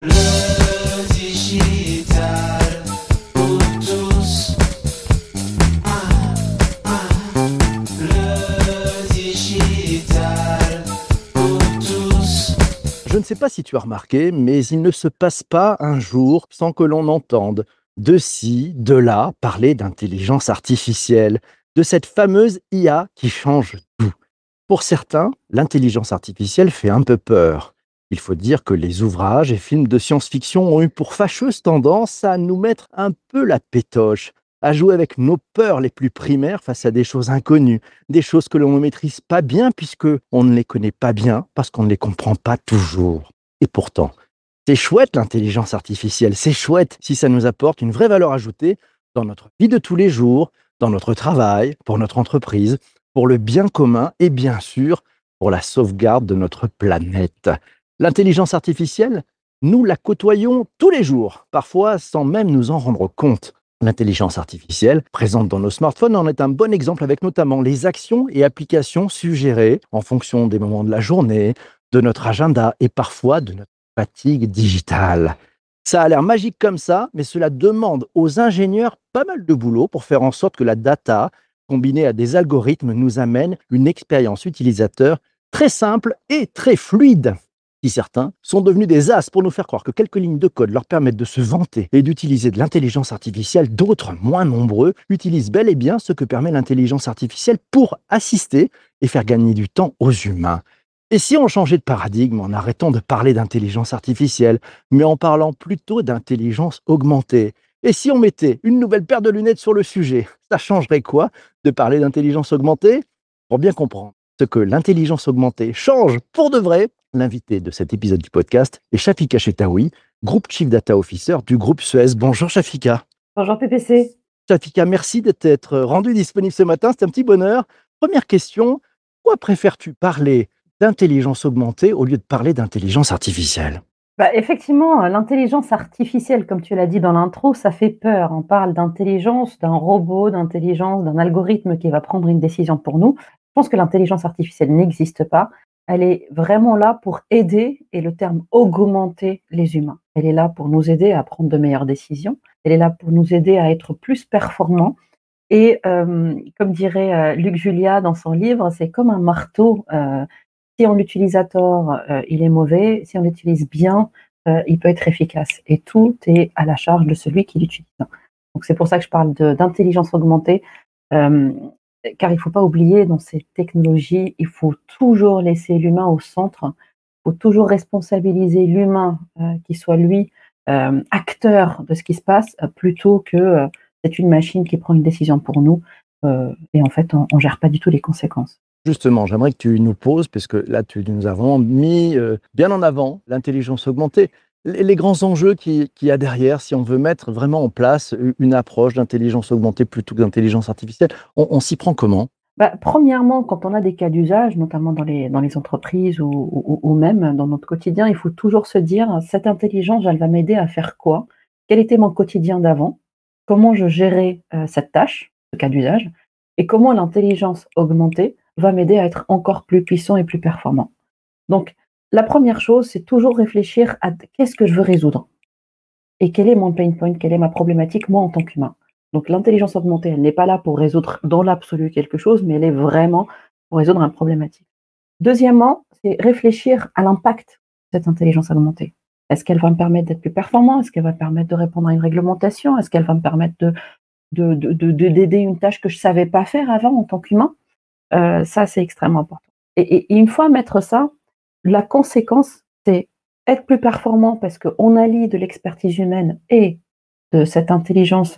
Le digital pour tous. Le digital pour tous. Je ne sais pas si tu as remarqué, mais il ne se passe pas un jour sans que l'on entende de ci, de là parler d'intelligence artificielle, de cette fameuse IA qui change tout. Pour certains, l'intelligence artificielle fait un peu peur. Il faut dire que les ouvrages et films de science-fiction ont eu pour fâcheuse tendance à nous mettre un peu la pétoche, à jouer avec nos peurs les plus primaires face à des choses inconnues, des choses que l'on ne maîtrise pas bien puisque on ne les connaît pas bien parce qu'on ne les comprend pas toujours. Et pourtant, c'est chouette l'intelligence artificielle, c'est chouette si ça nous apporte une vraie valeur ajoutée dans notre vie de tous les jours, dans notre travail, pour notre entreprise, pour le bien commun et bien sûr pour la sauvegarde de notre planète. L'intelligence artificielle, nous la côtoyons tous les jours, parfois sans même nous en rendre compte. L'intelligence artificielle, présente dans nos smartphones, en est un bon exemple avec notamment les actions et applications suggérées en fonction des moments de la journée, de notre agenda et parfois de notre fatigue digitale. Ça a l'air magique comme ça, mais cela demande aux ingénieurs pas mal de boulot pour faire en sorte que la data, combinée à des algorithmes, nous amène une expérience utilisateur très simple et très fluide. Si certains sont devenus des as pour nous faire croire que quelques lignes de code leur permettent de se vanter et d'utiliser de l'intelligence artificielle, d'autres, moins nombreux, utilisent bel et bien ce que permet l'intelligence artificielle pour assister et faire gagner du temps aux humains. Et si on changeait de paradigme en arrêtant de parler d'intelligence artificielle, mais en parlant plutôt d'intelligence augmentée? Et si on mettait une nouvelle paire de lunettes sur le sujet, ça changerait quoi de parler d'intelligence augmentée? Pour bien comprendre ce que l'intelligence augmentée change pour de vrai, l'invité de cet épisode du podcast est Shafika Chetaoui, Group Chief Data Officer du groupe Suez. Bonjour Shafika. Bonjour PPC. Shafika, merci de t'être rendu disponible ce matin, c'est un petit bonheur. Première question, pourquoi préfères-tu parler d'intelligence augmentée au lieu de parler d'intelligence artificielle? Effectivement, l'intelligence artificielle, comme tu l'as dit dans l'intro, ça fait peur. On parle d'intelligence, d'un robot, d'intelligence, d'un algorithme qui va prendre une décision pour nous. Je pense que l'intelligence artificielle n'existe pas. Elle est vraiment là pour aider, et le terme augmenter les humains. Elle est là pour nous aider à prendre de meilleures décisions. Elle est là pour nous aider à être plus performants. Et comme dirait Luc Julia dans son livre, c'est comme un marteau. Si on l'utilise à tort, il est mauvais. Si on l'utilise bien, il peut être efficace. Et tout est à la charge de celui qui l'utilise. Donc c'est pour ça que je parle d'intelligence augmentée, car il ne faut pas oublier, dans ces technologies, il faut toujours laisser l'humain au centre. Il faut toujours responsabiliser l'humain, qu'il soit lui acteur de ce qui se passe, plutôt que c'est une machine qui prend une décision pour nous. Et en fait, on ne gère pas du tout les conséquences. Justement, j'aimerais que tu nous poses, parce que là, tu nous as vraiment mis bien en avant l'intelligence augmentée, les grands enjeux qu'il y a derrière, si on veut mettre vraiment en place une approche d'intelligence augmentée plutôt que d'intelligence artificielle, on s'y prend comment? Premièrement, quand on a des cas d'usage, notamment dans les entreprises ou même dans notre quotidien, il faut toujours se dire: cette intelligence, elle va m'aider à faire quoi? Quel était mon quotidien d'avant? Comment je gérais cette tâche, ce cas d'usage? Et comment l'intelligence augmentée va m'aider à être encore plus puissant et plus performant? Donc, la première chose, c'est toujours réfléchir à qu'est-ce que je veux résoudre? Et quel est mon pain point? Quelle est ma problématique, moi, en tant qu'humain? Donc l'intelligence augmentée, elle n'est pas là pour résoudre dans l'absolu quelque chose, mais elle est vraiment pour résoudre une problématique. Deuxièmement, c'est réfléchir à l'impact de cette intelligence augmentée. Est-ce qu'elle va me permettre d'être plus performant? Est-ce qu'elle va me permettre de répondre à une réglementation? Est-ce qu'elle va me permettre d'aider une tâche que je ne savais pas faire avant en tant qu'humain? Ça, c'est extrêmement important. Et une fois mettre ça, la conséquence, c'est être plus performant parce qu'on allie de l'expertise humaine et de cette intelligence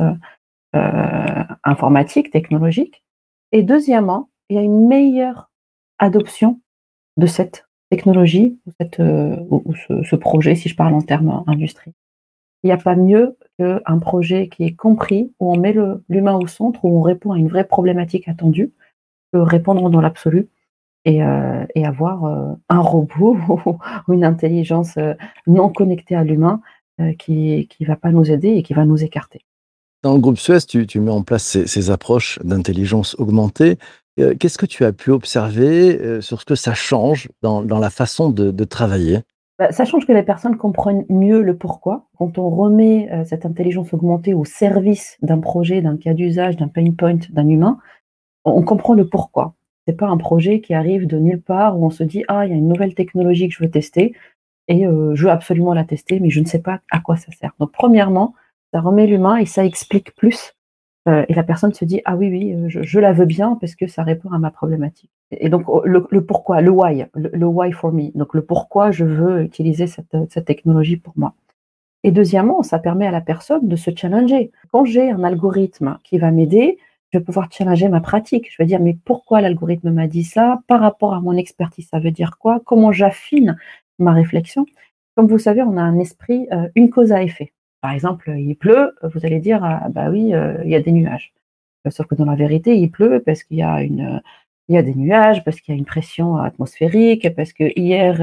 informatique, technologique. Et deuxièmement, il y a une meilleure adoption de cette technologie ou ce projet, si je parle en termes industrie. Il n'y a pas mieux qu'un projet qui est compris, où on met l'humain au centre, où on répond à une vraie problématique attendue, que répondre dans l'absolu et avoir un robot ou une intelligence non connectée à l'humain qui ne va pas nous aider et qui va nous écarter. Dans le groupe Suez, tu mets en place ces approches d'intelligence augmentée. Qu'est-ce que tu as pu observer sur ce que ça change dans la façon de travailler? Bah, ça change que les personnes comprennent mieux le pourquoi. Quand on remet, cette intelligence augmentée au service d'un projet, d'un cas d'usage, d'un pain point, d'un humain, on comprend le pourquoi. C'est pas un projet qui arrive de nulle part où on se dit: «Ah, il y a une nouvelle technologie que je veux tester et je veux absolument la tester, mais je ne sais pas à quoi ça sert». Donc premièrement, ça remet l'humain et ça explique plus, et la personne se dit: «Ah oui, oui, je la veux bien parce que ça répond à ma problématique». Et donc le pourquoi, le why, le why for me, donc le pourquoi je veux utiliser cette technologie pour moi. Et deuxièmement, ça permet à la personne de se challenger. Quand j'ai un algorithme qui va m'aider, je vais pouvoir challenger ma pratique. Je vais dire: «Mais pourquoi l'algorithme m'a dit ça? Par rapport à mon expertise, ça veut dire quoi? Comment j'affine ma réflexion?» Comme vous savez, on a un esprit, une cause à effet. Par exemple, il pleut, vous allez dire: «Ah bah oui, il y a des nuages». Sauf que dans la vérité, il pleut parce qu'il y a il y a des nuages, parce qu'il y a une pression atmosphérique, parce qu'hier,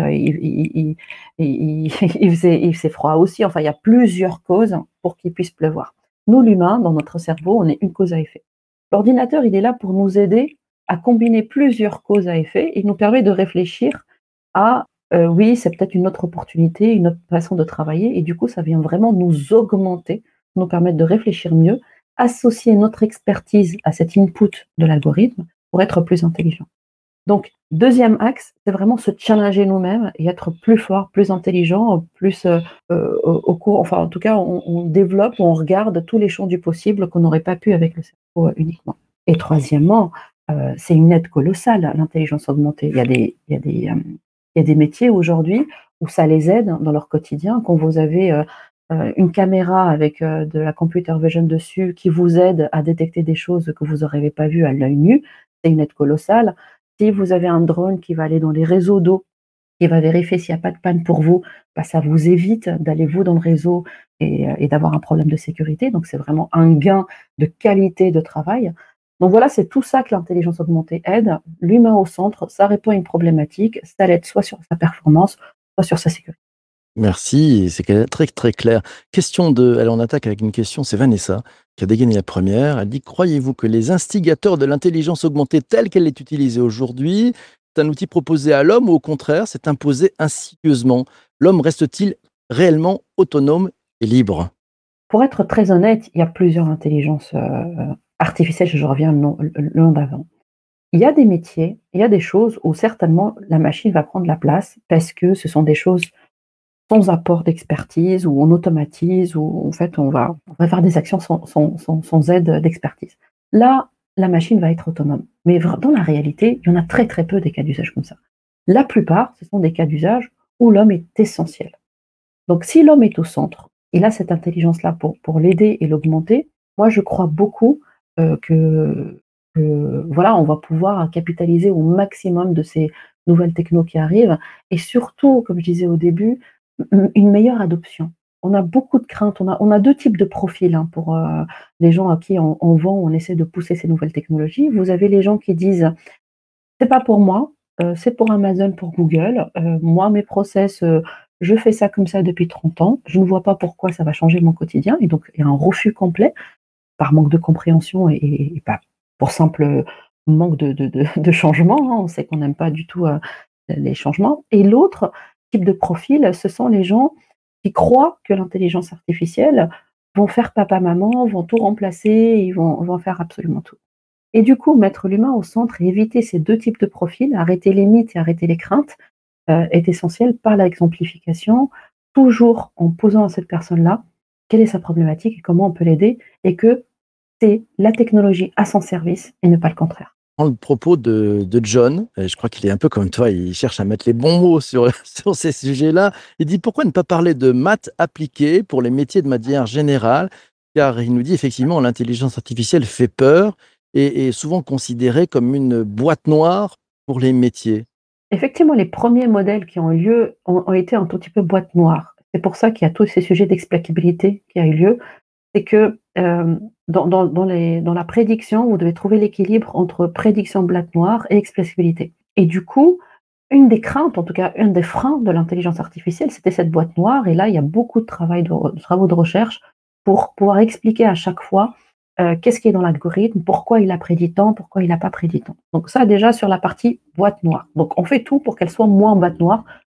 il faisait froid aussi. Enfin, il y a plusieurs causes pour qu'il puisse pleuvoir. Nous, l'humain, dans notre cerveau, on est une cause à effet. L'ordinateur, il est là pour nous aider à combiner plusieurs causes à effet. Il nous permet de réfléchir à, oui, c'est peut-être une autre opportunité, une autre façon de travailler et du coup, ça vient vraiment nous augmenter, nous permettre de réfléchir mieux, associer notre expertise à cet input de l'algorithme pour être plus intelligent. Donc, deuxième axe, c'est vraiment se challenger nous-mêmes et être plus fort, plus intelligent, plus au cours, enfin en tout cas, on développe, on regarde tous les champs du possible qu'on n'aurait pas pu avec le cerveau uniquement. Et troisièmement, c'est une aide colossale, l'intelligence augmentée. Il y a des métiers aujourd'hui où ça les aide dans leur quotidien. Quand vous avez une caméra avec de la computer vision dessus qui vous aide à détecter des choses que vous n'aurez pas vues à l'œil nu, c'est une aide colossale. Si vous avez un drone qui va aller dans les réseaux d'eau, qui va vérifier s'il n'y a pas de panne pour vous, bah, ça vous évite d'aller vous dans le réseau et d'avoir un problème de sécurité. Donc c'est vraiment un gain de qualité de travail. Donc voilà, c'est tout ça que l'intelligence augmentée aide. L'humain au centre, ça répond à une problématique, ça l'aide soit sur sa performance, soit sur sa sécurité. Merci, c'est très, très clair. Allez, on attaque avec une question, c'est Vanessa qui a dégainé la première. Elle dit: croyez-vous que les instigateurs de l'intelligence augmentée telle qu'elle est utilisée aujourd'hui, c'est un outil proposé à l'homme ou au contraire, c'est imposé insidieusement? L'homme reste-t-il réellement autonome et libre? Pour être très honnête, il y a plusieurs intelligences artificielles, je reviens le nom d'avant. Il y a des métiers, il y a des choses où certainement la machine va prendre la place parce que ce sont des choses sans apport d'expertise, où on automatise, où en fait on va faire des actions sans aide d'expertise. Là, la machine va être autonome. Mais dans la réalité, il y en a très très peu des cas d'usage comme ça. La plupart, ce sont des cas d'usage où l'homme est essentiel. Donc si l'homme est au centre, il a cette intelligence-là pour l'aider et l'augmenter, moi je crois beaucoup voilà, on va pouvoir capitaliser au maximum de ces nouvelles technos qui arrivent et surtout, comme je disais au début, une meilleure adoption. On a beaucoup de craintes, on a 2 types de profils, hein, pour, les gens à qui on vend, on essaie de pousser ces nouvelles technologies. Vous avez les gens qui disent: «C'est pas pour moi, c'est pour Amazon, pour Google, moi mes process, je fais ça comme ça depuis 30 ans, je ne vois pas pourquoi ça va changer mon quotidien» et donc il y a un refus complet par manque de compréhension et pas pour simple manque de changement, hein. On sait qu'on n'aime pas du tout, les changements et l'autre type de profil, ce sont les gens qui croient que l'intelligence artificielle vont faire papa maman, vont tout remplacer, ils vont faire absolument tout. Et du coup, mettre l'humain au centre et éviter ces 2 types de profils, arrêter les mythes et arrêter les craintes, est essentiel par l'exemplification, toujours en posant à cette personne-là quelle est sa problématique et comment on peut l'aider et que c'est la technologie à son service et ne pas le contraire. Prends le propos de John, et je crois qu'il est un peu comme toi, il cherche à mettre les bons mots sur, sur ces sujets-là. Il dit: pourquoi ne pas parler de maths appliquées pour les métiers de manière générale? Car il nous dit effectivement l'intelligence artificielle fait peur et est souvent considérée comme une boîte noire pour les métiers. Effectivement, les premiers modèles qui ont eu lieu ont été un tout petit peu boîte noire. C'est pour ça qu'il y a tous ces sujets d'explicabilité qui a eu lieu. C'est que, dans la prédiction, vous devez trouver l'équilibre entre prédiction boîte noire et expressibilité. Et du coup, une des craintes, en tout cas, un des freins de l'intelligence artificielle, c'était cette boîte noire et là, il y a beaucoup de travaux de recherche pour pouvoir expliquer à chaque fois, qu'est-ce qui est dans l'algorithme, pourquoi il a prédit tant, pourquoi il n'a pas prédit tant. Donc ça, déjà, sur la partie boîte noire. Donc on fait tout pour qu'elle soit moins boîte noire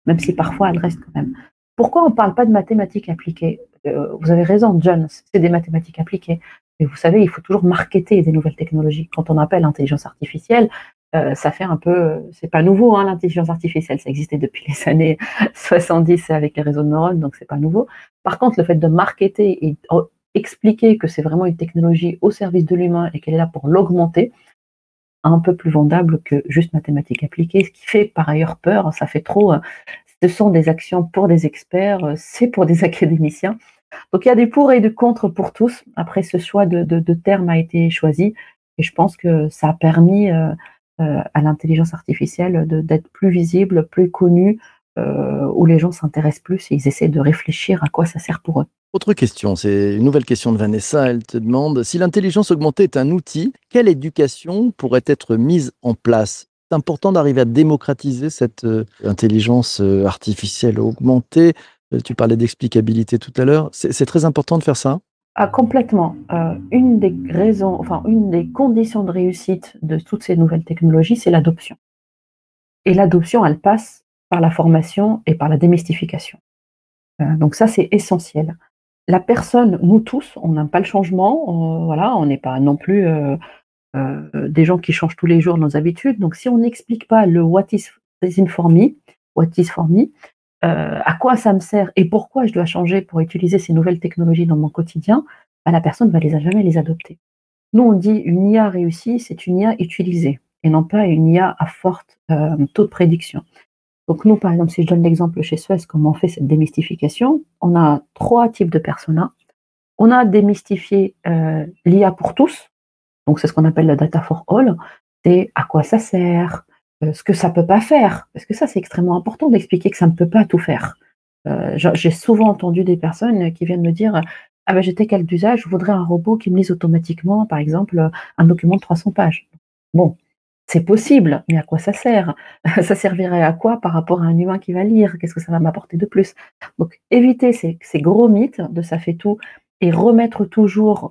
même si parfois elles restent quand même. Pourquoi on ne parle pas de mathématiques appliquées? Vous avez raison, John, c'est des mathématiques appliquées. Mais vous savez, il faut toujours marketer des nouvelles technologies. Quand on appelle intelligence artificielle, ça fait un peu, c'est pas nouveau, hein, l'intelligence artificielle, ça existait depuis les années 70 avec les réseaux de neurones, donc c'est pas nouveau. Par contre, le fait de marketer et expliquer que c'est vraiment une technologie au service de l'humain et qu'elle est là pour l'augmenter, un peu plus vendable que juste mathématiques appliquées, ce qui fait par ailleurs peur, ça fait trop, ce sont des actions pour des experts, c'est pour des académiciens. Donc il y a des pour et des contre pour tous. Après, ce choix de terme a été choisi et je pense que ça a permis à l'intelligence artificielle d'être plus visible, plus connue, où les gens s'intéressent plus et ils essaient de réfléchir à quoi ça sert pour eux. Autre question, c'est une nouvelle question de Vanessa. Elle te demande si l'intelligence augmentée est un outil, quelle éducation pourrait être mise en place? C'est important d'arriver à démocratiser cette intelligence artificielle augmentée. Tu parlais d'explicabilité tout à l'heure. C'est très important de faire ça. Ah, complètement. Une des raisons, enfin une des conditions de réussite de toutes ces nouvelles technologies, c'est l'adoption. Et l'adoption, elle passe par la formation et par la démystification. Donc ça, c'est essentiel. La personne, nous tous, on n'aime pas le changement, voilà, on n'est pas non plus des gens qui changent tous les jours nos habitudes. Donc si on n'explique pas le what is for me, à quoi ça me sert et pourquoi je dois changer pour utiliser ces nouvelles technologies dans mon quotidien, bah, la personne va jamais les adopter. Nous, on dit une IA réussie, c'est une IA utilisée et non pas une IA à fort taux de prédiction. Donc nous, par exemple, si je donne l'exemple chez Suez, comment on fait cette démystification, on a 3 types de personas. On a démystifié l'IA pour tous, donc c'est ce qu'on appelle le data for all, c'est à quoi ça sert, ce que ça peut pas faire, parce que ça c'est extrêmement important d'expliquer que ça ne peut pas tout faire. J'ai souvent entendu des personnes qui viennent me dire: «Ah ben j'étais cas d'usage, je voudrais un robot qui me lise automatiquement, par exemple, un document de 300 pages». Bon, c'est possible, mais à quoi ça sert? Ça servirait à quoi par rapport à un humain qui va lire? Qu'est-ce que ça va m'apporter de plus? Donc éviter ces gros mythes de ça fait tout et remettre toujours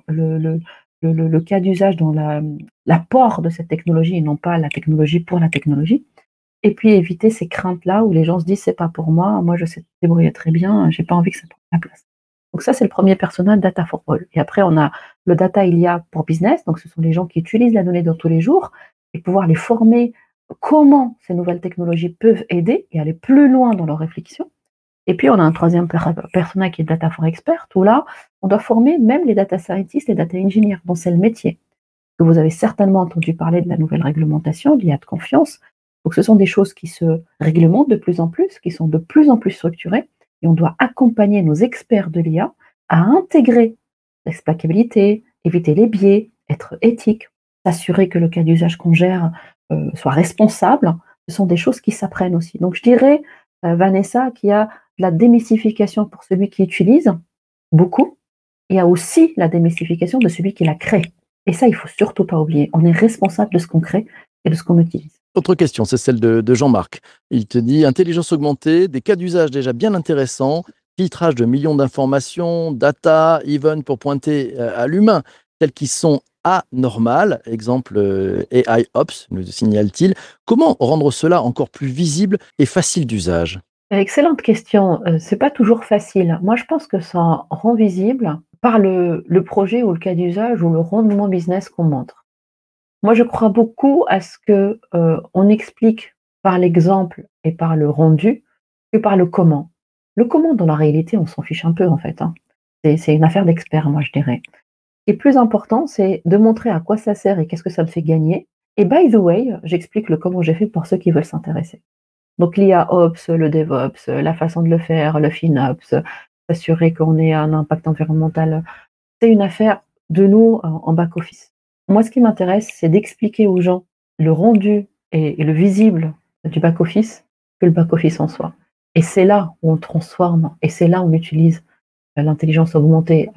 le cas d'usage dans l'apport de cette technologie et non pas la technologie pour la technologie. Et puis éviter ces craintes-là où les gens se disent: «C'est pas pour moi je sais me débrouiller très bien, j'ai pas envie que ça prenne ma place». Donc ça, c'est le premier persona, data for all. Et après, on a le data IA pour business, donc ce sont les gens qui utilisent la donnée dans tous les jours et pouvoir les former comment ces nouvelles technologies peuvent aider et aller plus loin dans leur réflexion. Et puis, on a un troisième persona qui est data for expert, où là, on doit former même les data scientists, les data engineers, dont c'est le métier. Que vous avez certainement entendu parler de la nouvelle réglementation, l'IA de confiance. Donc, ce sont des choses qui se réglementent de plus en plus, qui sont de plus en plus structurées, et on doit accompagner nos experts de l'IA à intégrer l'explicabilité, éviter les biais, être éthique, s'assurer que le cas d'usage qu'on gère soit responsable. Ce sont des choses qui s'apprennent aussi. Donc, je dirais, Vanessa, qu'il y a de la démystification pour celui qui utilise, beaucoup. Il y a aussi la démystification de celui qui la crée. Et ça, il ne faut surtout pas oublier. On est responsable de ce qu'on crée et de ce qu'on utilise. Autre question, c'est celle de Jean-Marc. Il te dit intelligence augmentée, des cas d'usage déjà bien intéressants, filtrage de millions d'informations, data, even pour pointer à l'humain, telles qui sont anormales, exemple AI Ops, nous signale-t-il. Comment rendre cela encore plus visible et facile d'usage? Excellente question. C'est pas toujours facile. Moi, je pense que ça rend visible par le projet ou le cas d'usage ou le rendement business qu'on montre. Moi, je crois beaucoup à ce que, on explique par l'exemple et par le rendu que par le comment. Le comment, dans la réalité, on s'en fiche un peu, en fait, hein. C'est une affaire d'expert, moi, je dirais. Et plus important, c'est de montrer à quoi ça sert et qu'est-ce que ça me fait gagner. Et by the way, j'explique le comment j'ai fait pour ceux qui veulent s'intéresser. Donc l'IA Ops, le DevOps, la façon de le faire, le FinOps, s'assurer qu'on ait un impact environnemental, c'est une affaire de nous en back office. Moi, ce qui m'intéresse, c'est d'expliquer aux gens le rendu et le visible du back office que le back office en soi. Et c'est là où on transforme et c'est là où on utilise l'intelligence augmentée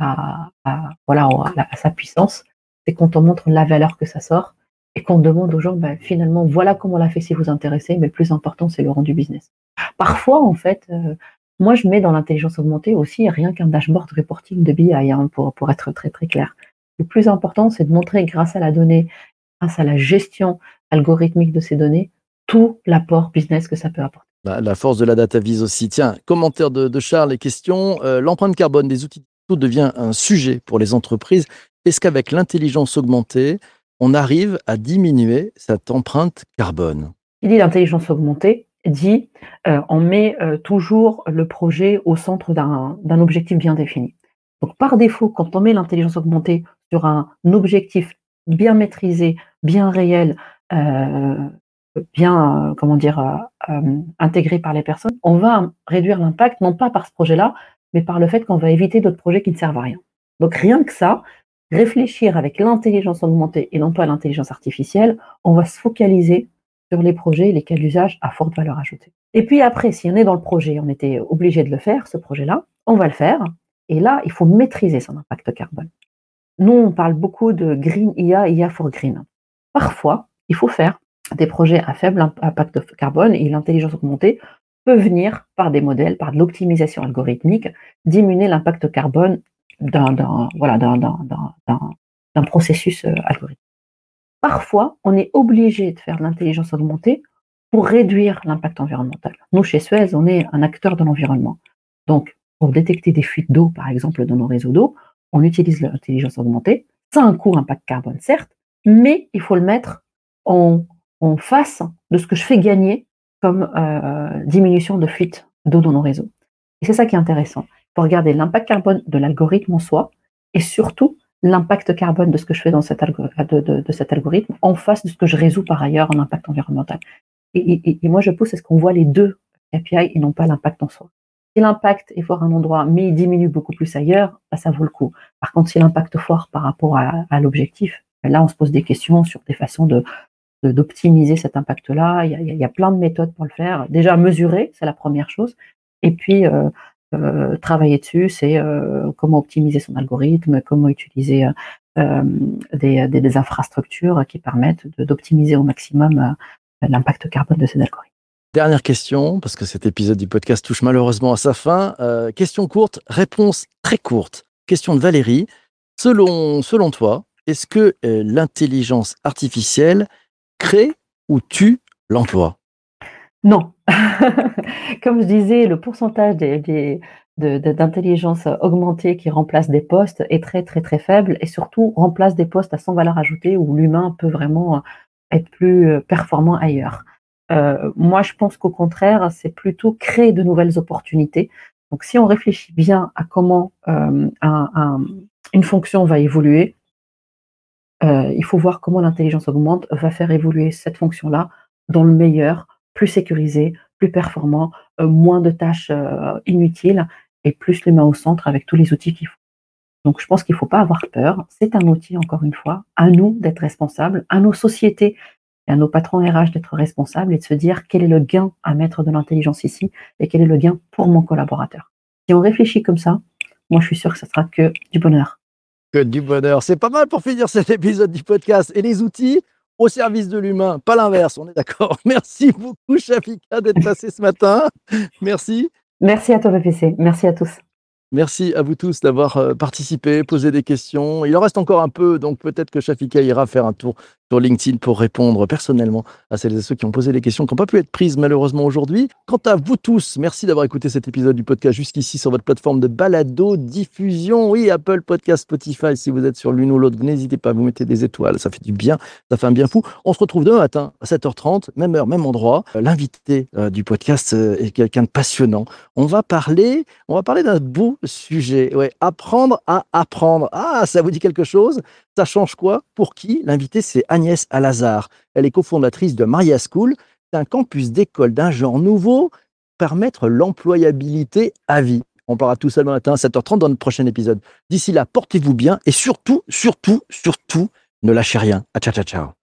voilà, à sa puissance. C'est quand on montre la valeur que ça sort et qu'on demande aux gens, finalement, voilà comment on l'a fait si vous vous intéressez, mais le plus important, c'est le rendu business. Parfois, en fait, moi, je mets dans l'intelligence augmentée aussi rien qu'un dashboard reporting de BI, hein, pour être très, très clair. Le plus important, c'est de montrer, grâce à la donnée, grâce à la gestion algorithmique de ces données, tout l'apport business que ça peut apporter. La force de la data vise aussi. Tiens, commentaire de Charles et question. L'empreinte carbone des outils digitaux devient un sujet pour les entreprises. Est-ce qu'avec l'intelligence augmentée, on arrive à diminuer cette empreinte carbone? Il dit l'intelligence augmentée, dit on met toujours le projet au centre d'un objectif bien défini. Donc par défaut, quand on met l'intelligence augmentée sur un objectif bien maîtrisé, bien réel, bien intégré par les personnes, on va réduire l'impact non pas par ce projet-là, mais par le fait qu'on va éviter d'autres projets qui ne servent à rien. Donc rien que ça, réfléchir avec l'intelligence augmentée et non pas l'intelligence artificielle, on va se focaliser sur les projets, les cas d'usage à forte valeur ajoutée. Et puis après, si on est dans le projet, on était obligé de le faire, ce projet-là, on va le faire. Et là, il faut maîtriser son impact carbone. Nous, on parle beaucoup de Green IA, IA for Green. Parfois, il faut faire des projets à faible impact carbone et l'intelligence augmentée peut venir par des modèles, par de l'optimisation algorithmique, diminuer l'impact carbone d'un processus algorithmique. Parfois, on est obligé de faire de l'intelligence augmentée pour réduire l'impact environnemental. Nous, chez Suez, on est un acteur de l'environnement. Donc, pour détecter des fuites d'eau, par exemple, dans nos réseaux d'eau, on utilise l'intelligence augmentée. Ça a un coût impact carbone, certes, mais il faut le mettre en face de ce que je fais gagner comme diminution de fuite d'eau dans nos réseaux. Et c'est ça qui est intéressant. Il faut regarder l'impact carbone de l'algorithme en soi et surtout l'impact carbone de ce que je fais dans cet algorithme en face de ce que je résous par ailleurs en impact environnemental. Et moi, je pousse à ce qu'on voit les deux KPI et non pas l'impact en soi. Si l'impact est fort à un endroit, mais il diminue beaucoup plus ailleurs, ça vaut le coup. Par contre, si l'impact est fort par rapport à l'objectif, là, on se pose des questions sur des façons d'optimiser cet impact-là. Il y a plein de méthodes pour le faire. Déjà, mesurer, c'est la première chose. Et puis, travailler dessus, c'est comment optimiser son algorithme, comment utiliser des infrastructures qui permettent d'optimiser au maximum l'impact carbone de ces algorithmes. Dernière question, parce que cet épisode du podcast touche malheureusement à sa fin. Question courte, réponse très courte. Question de Valérie. Selon toi, est-ce que l'intelligence artificielle crée ou tue l'emploi? Non. Comme je disais, le pourcentage d'intelligence augmentée qui remplace des postes est très, très, très faible et surtout remplace des postes à sans valeur ajoutée où l'humain peut vraiment être plus performant ailleurs. Moi, je pense qu'au contraire, c'est plutôt créer de nouvelles opportunités. Donc, si on réfléchit bien à comment une fonction va évoluer, il faut voir comment l'intelligence augmente va faire évoluer cette fonction-là dans le meilleur, plus sécurisé, plus performant, moins de tâches inutiles et plus l'humain au centre avec tous les outils qu'il faut. Donc, je pense qu'il ne faut pas avoir peur. C'est un outil, encore une fois, à nous d'être responsables, à nos sociétés et à nos patrons RH d'être responsables et de se dire quel est le gain à mettre de l'intelligence ici et quel est le gain pour mon collaborateur. Si on réfléchit comme ça, moi je suis sûre que ça sera que du bonheur. Que du bonheur. C'est pas mal pour finir cet épisode du podcast. Et les outils au service de l'humain, pas l'inverse, on est d'accord. Merci beaucoup, Shafika, d'être passé ce matin. Merci. Merci à toi, VPC. Merci à tous. Merci à vous tous d'avoir participé, posé des questions. Il en reste encore un peu, donc peut-être que Shafika ira faire un tour sur LinkedIn pour répondre personnellement à celles et ceux qui ont posé des questions qui n'ont pas pu être prises malheureusement aujourd'hui. Quant à vous tous, merci d'avoir écouté cet épisode du podcast jusqu'ici sur votre plateforme de balado diffusion. Oui, Apple Podcast, Spotify, si vous êtes sur l'une ou l'autre, n'hésitez pas à vous mettre des étoiles, ça fait du bien, ça fait un bien fou. On se retrouve demain matin à 7h30, même heure, même endroit. L'invité du podcast est quelqu'un de passionnant. On va parler d'un beau sujet. Ouais, apprendre à apprendre. Ah, ça vous dit quelque chose? Ça change quoi? Pour qui? L'invité, c'est Agnès Alazard. Elle est cofondatrice de Maria School. C'est un campus d'école d'un genre nouveau pour permettre l'employabilité à vie. On parlera tout ça le matin à 7h30 dans notre prochain épisode. D'ici là, portez-vous bien et surtout, ne lâchez rien. Ciao, ciao, ciao.